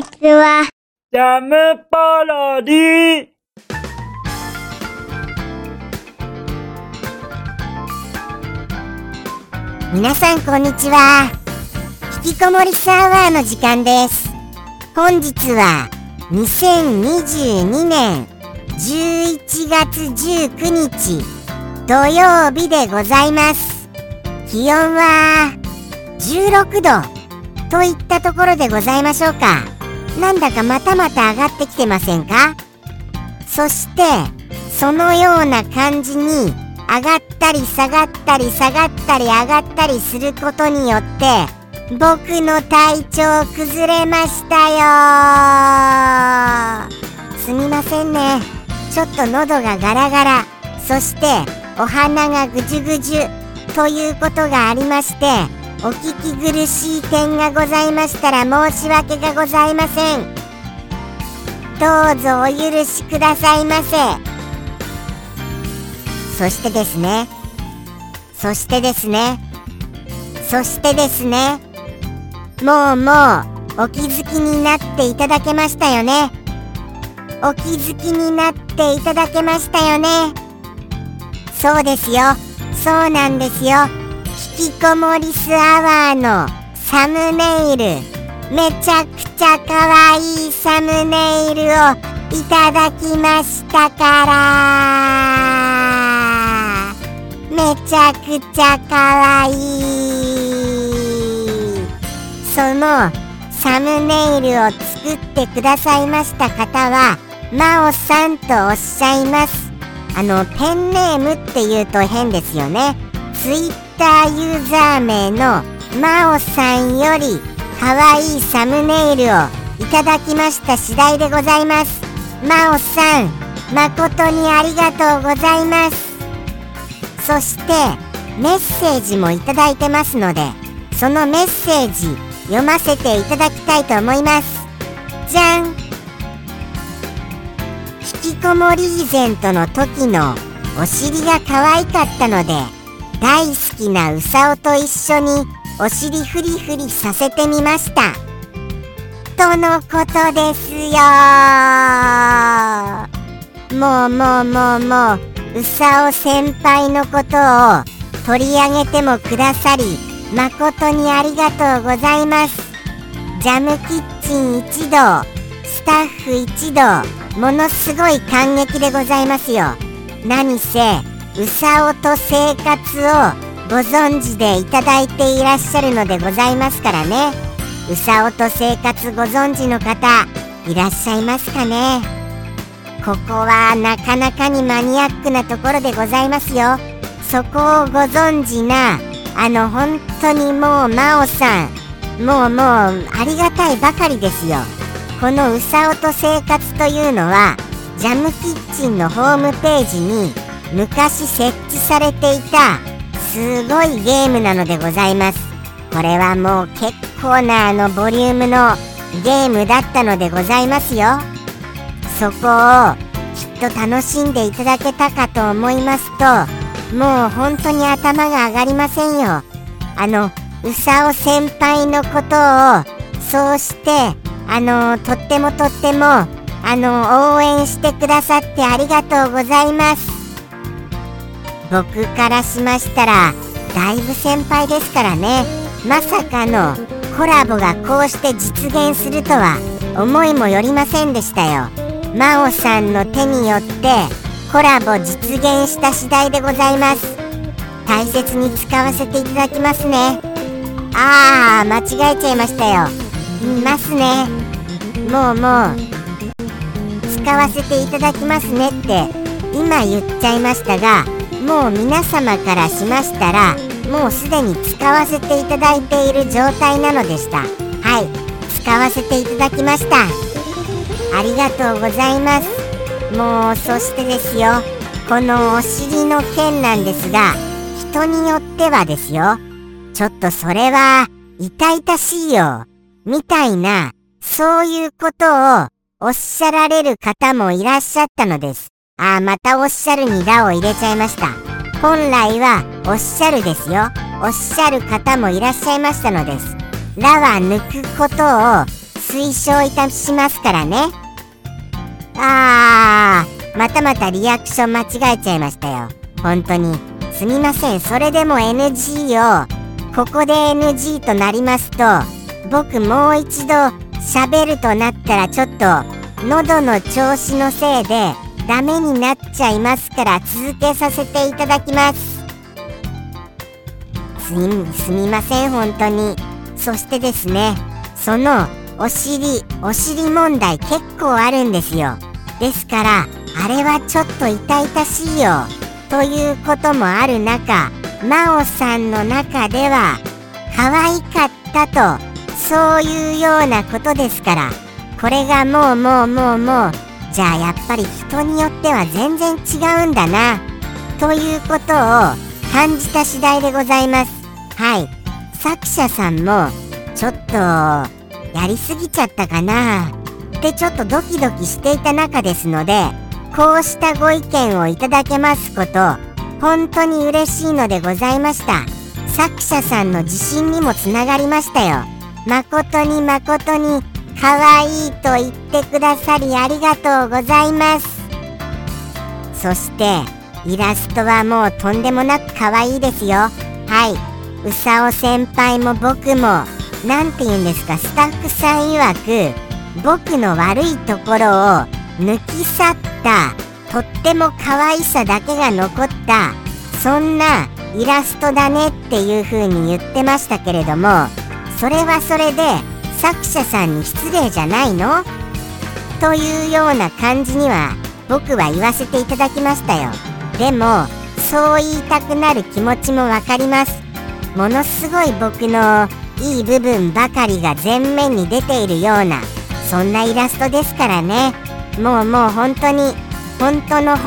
ちは。 ジャムパロディ。 皆さんこんにちは。引きこもりサーバーの時間です。本日は2022年11月19日土曜日でございます。気温は16度といったところでございましょうか。なんだかまたまた上がってきてませんか。そしてそのような感じに上がったり下がったり下がったり上がったりすることによって僕の体調崩れましたよ。すみませんね。ちょっと喉がガラガラ、そしてお鼻がぐじゅぐじゅということがありまして、お聞き苦しい点がございましたら申し訳がございません。どうぞお許しくださいませ。そしてですね、もうお気づきになっていただけましたよね。お気づきになっていただけましたよね。そうですよ、そうなんですよ。引きこもりスアワーのサムネイル、めちゃくちゃかわいいサムネイルをいただきましたから、めちゃくちゃかわいい。そのサムネイルを作ってくださいました方はまおさんとおっしゃいます。ペンネームって言うと変ですよね。ツイッターユーザー名のまおさんよりかわいいサムネイルをいただきました次第でございます。まおさん、誠にありがとうございます。そしてメッセージもいただいてますので、そのメッセージ読ませていただきたいと思います。じゃん。引きこもりイベントの時のお尻が可愛かったので、大好きなうさおと一緒にお尻フリフリさせてみましたとのことですよ。もううさお先輩のことを取り上げてもくださり誠にありがとうございます。ジャムキッチン一同、スタッフ一同、ものすごい感激でございますよ。何せうさおと生活をご存知でいただいていらっしゃるのでございますからね。うさおと生活ご存知の方いらっしゃいますかね。ここはなかなかにマニアックなところでございますよ。そこをご存知な本当にもうまおさん、もうありがたいばかりですよ。このうさおと生活というのはジャムキッチンのホームページに昔設置されていたすごいゲームなのでございます。これはもう結構なボリュームのゲームだったのでございますよ。そこをきっと楽しんでいただけたかと思いますと、もう本当に頭が上がりませんよ。うさお先輩のことをそうしてとっても応援してくださってありがとうございます。僕からしましたらだいぶ先輩ですからね。まさかのコラボがこうして実現するとは思いもよりませんでしたよ。まおさんの手によってコラボ実現した次第でございます。大切に使わせていただきますね。間違えちゃいましたよ。見ますね。もう使わせていただきますねって今言っちゃいましたが、もう皆様からしましたらもうすでに使わせていただいている状態なのでした。はい、使わせていただきました。ありがとうございます。もうそしてですよ、このお尻の件なんですが、人によってはですよ、ちょっとそれは痛々しいよみたいな、そういうことをおっしゃられる方もいらっしゃったのです。またおっしゃるにらを入れちゃいました。本来はおっしゃるですよ。おっしゃる方もいらっしゃいましたのです。らは抜くことを推奨いたしますからね。またまたリアクション間違えちゃいましたよ。本当にすみません。それでも NG をここで NG となりますと、僕もう一度喋るとなったらちょっと喉の調子のせいでダメになっちゃいますから、続けさせていただきます。すみません本当に。そしてですね、そのお尻問題結構あるんですよ。ですからあれはちょっと痛々しいよということもある中、真央さんの中では可愛かったと、そういうようなことですから、これがもうじゃあやっぱり人によっては全然違うんだなということを感じた次第でございます。はい、作者さんもちょっとやりすぎちゃったかなってちょっとドキドキしていた中ですので、こうしたご意見をいただけますこと本当に嬉しいのでございました。作者さんの自信にもつながりましたよ。誠に可愛いと言ってくださりありがとうございます。そしてイラストはもうとんでもなく可愛いですよ。はい、うさお先輩も僕もなんて言うんですか、スタッフさん曰く僕の悪いところを抜き去ったとっても可愛さだけが残ったそんなイラストだねっていう風に言ってましたけれども、それはそれで作者さんに失礼じゃないのというような感じには僕は言わせていただきましたよ。でもそう言いたくなる気持ちもわかります。ものすごい僕のいい部分ばかりが前面に出ているようなそんなイラストですからね。もう本当に本当に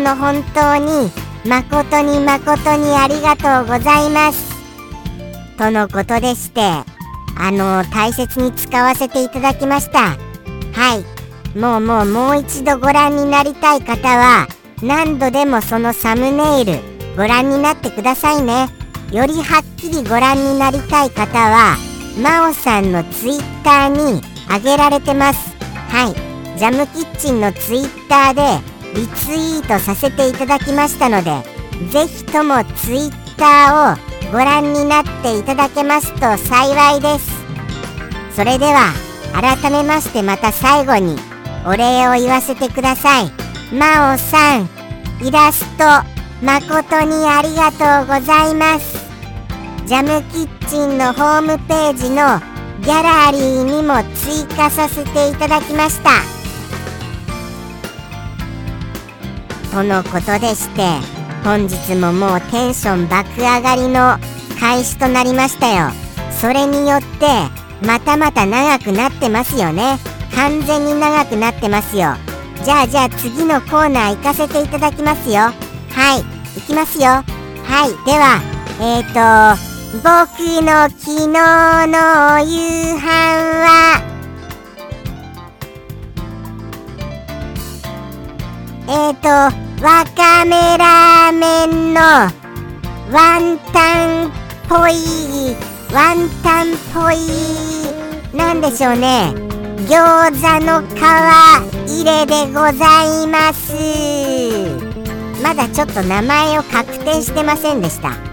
誠にありがとうございますとのことでして、大切に使わせていただきました。はい、もう一度ご覧になりたい方は何度でもそのサムネイルご覧になってくださいね。よりはっきりご覧になりたい方は真央さんのツイッターに上げられてます。はい、ジャムキッチンのツイッターでリツイートさせていただきましたので、ぜひともツイッターをご覧になっていただけますと幸いです。それでは改めましてまた最後にお礼を言わせてください。真央さん、イラスト誠にありがとうございます。ジャムキッチンのホームページのギャラリーにも追加させていただきましたとのことでして、本日ももうテンション爆上がりの開始となりましたよ。それによってまた長くなってますよね。完全に長くなってますよ。じゃあ次のコーナー行かせていただきますよ。はい、行きますよ。はい、では僕の昨日の夕飯はわかめラーメンのワンタンっぽいなんでしょうね、餃子の皮入れでございます。まだちょっと名前を確定してませんでした。はい、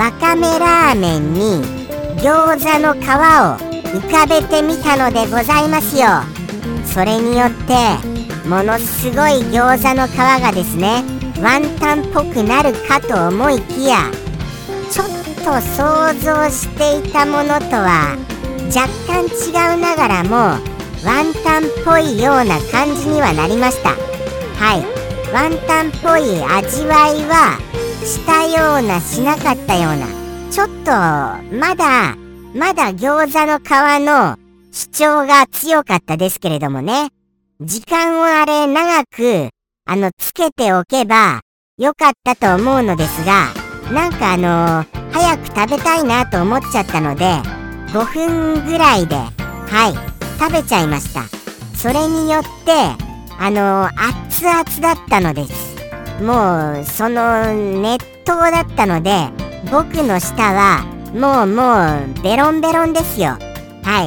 わかめラーメンに餃子の皮を浮かべてみたのでございますよ。それによってものすごい餃子の皮がですね、ワンタンっぽくなるかと思いきや、ちょっと想像していたものとは若干違うながらもワンタンっぽいような感じにはなりました。はい、ワンタンっぽい味わいはしたようなしなかったような、ちょっとまだ餃子の皮の主張が強かったですけれどもね、時間をあれ長くつけておけばよかったと思うのですが、なんか早く食べたいなと思っちゃったので5分ぐらいで食べちゃいました。それによって熱々だったのです。もうその熱湯だったので僕の舌はもうベロンベロンですよ。はい、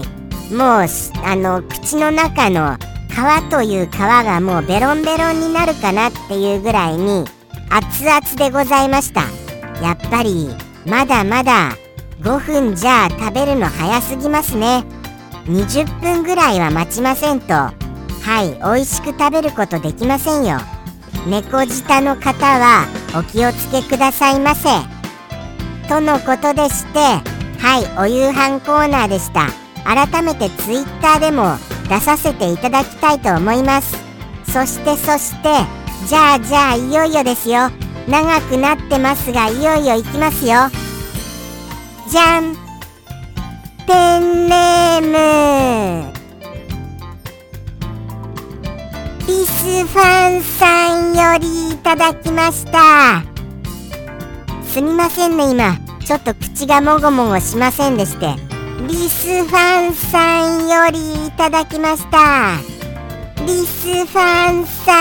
もう口の中の皮という皮がもうベロンベロンになるかなっていうぐらいに熱々でございました。やっぱりまだまだ5分じゃ食べるの早すぎますね。20分ぐらいは待ちませんと、美味しく食べることできませんよ。猫舌の方はお気をつけくださいませ。とのことでして、お夕飯コーナーでした。改めてツイッターでも出させていただきたいと思います。そしてじゃあいよいよですよ。長くなってますがいよいよいきますよ。じゃん、ペンネームリスファンさんよりいただきました。すみませんね、今ちょっと口がもごもごしませんでして。リスファンさんよりいただきました。リスファンさ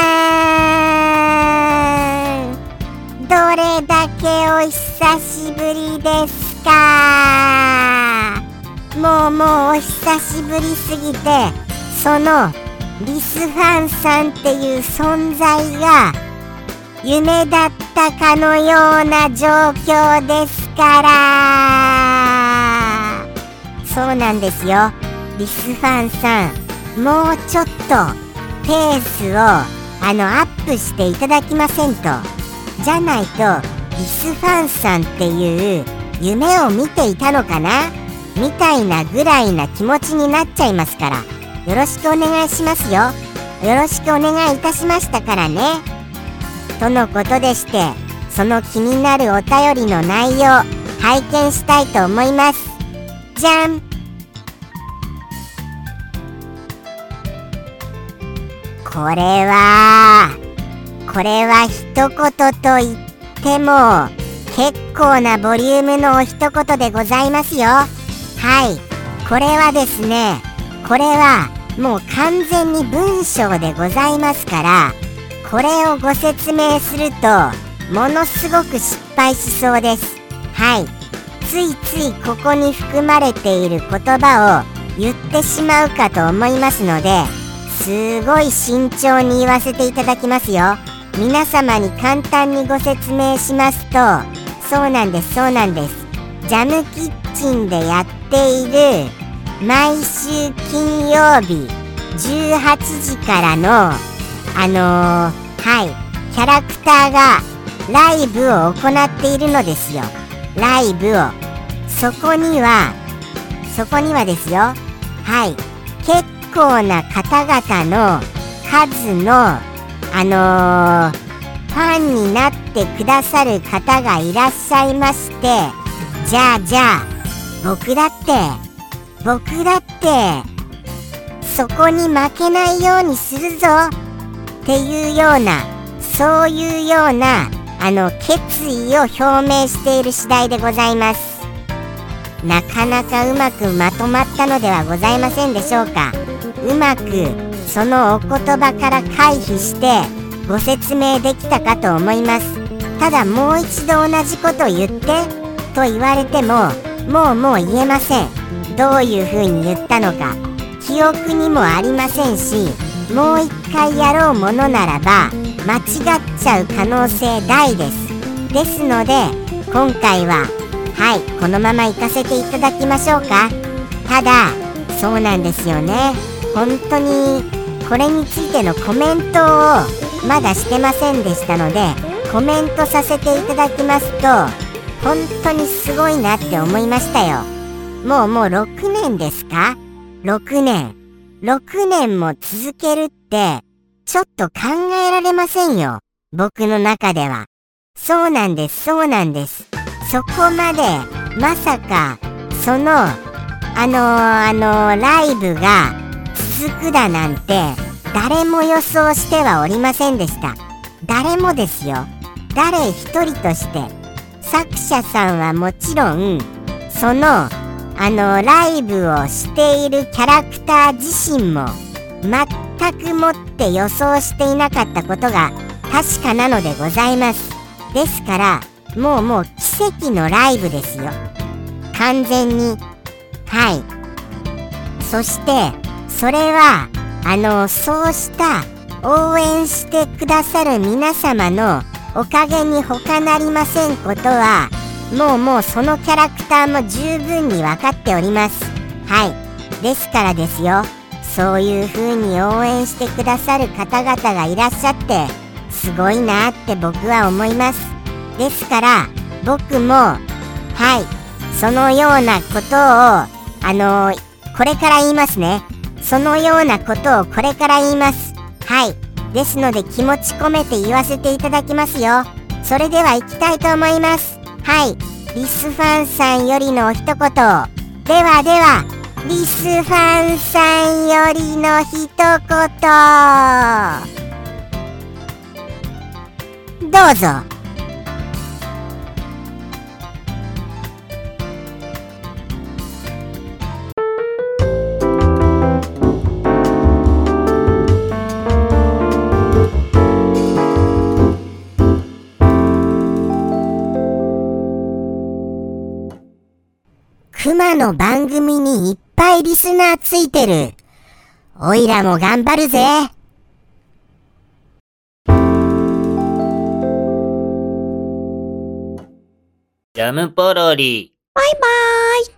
ん、どれだけお久しぶりですか。もうお久しぶりすぎて、そのリスファンさんっていう存在が夢だったかのような状況ですから。そうなんですよ、リスファンさん、もうちょっとペースをアップしていただきませんと。じゃないとリスファンさんっていう夢を見ていたのかなみたいなぐらいな気持ちになっちゃいますから、よろしくお願いしますよ。よろしくお願いいたしましたからね。とのことでして、その気になるお便りの内容拝見したいと思います。じゃん。これは一言と言っても結構なボリュームのお一言でございますよ。これはですね、これはもう完全に文章でございますから、これをご説明するとものすごく失敗しそうです。ついついここに含まれている言葉を言ってしまうかと思いますので、すごい慎重に言わせていただきますよ。皆様に簡単にご説明しますと、そうなんです。ジャムキッチンでやっている毎週金曜日18時からのキャラクターがライブを行っているのですよ。ライブをそこにはですよ、結構な方々の数のファンになってくださる方がいらっしゃいまして、じゃあ僕だってそこに負けないようにするぞっていうような、そういうような決意を表明している次第でございます。なかなかうまくまとまったのではございませんでしょうか。うまくそのお言葉から回避してご説明できたかと思います。ただもう一度同じことを言ってと言われてももう言えません。どういう風に言ったのか記憶にもありませんし、もう一回やろうものならば間違っちゃう可能性大です。ですので今回はこのまま行かせていただきましょうか。ただそうなんですよね、本当にこれについてのコメントをまだしてませんでしたので、コメントさせていただきますと、本当にすごいなって思いましたよ。もう6年ですか。6年も続けるってちょっと考えられませんよ、僕の中では。そうなんです。そこまでまさかそのライブが続くだなんて誰も予想してはおりませんでした。誰もですよ。誰一人として、作者さんはもちろんそのライブをしているキャラクター自身も全くもって予想していなかったことが確かなのでございます。ですからもう奇跡のライブですよ、完全に。 そしてそれはそうした応援してくださる皆様のおかげに他なりませんことはもうそのキャラクターも十分に分かっております。はい。ですからですよ、そういう風に応援してくださる方々がいらっしゃってすごいなって僕は思います。ですから僕もそのようなことをこれから言いますね。そのようなことをこれから言います。はい。ですので気持ち込めて言わせていただきますよ。それでは行きたいと思います。はい。リスファンさんよりのお一言。では、リスファンさんよりの一言。どうぞ。クマの番組にいっぱいリスナーついてる。おいらも頑張るぜ。 ジャムポロリ。 バイバーイ。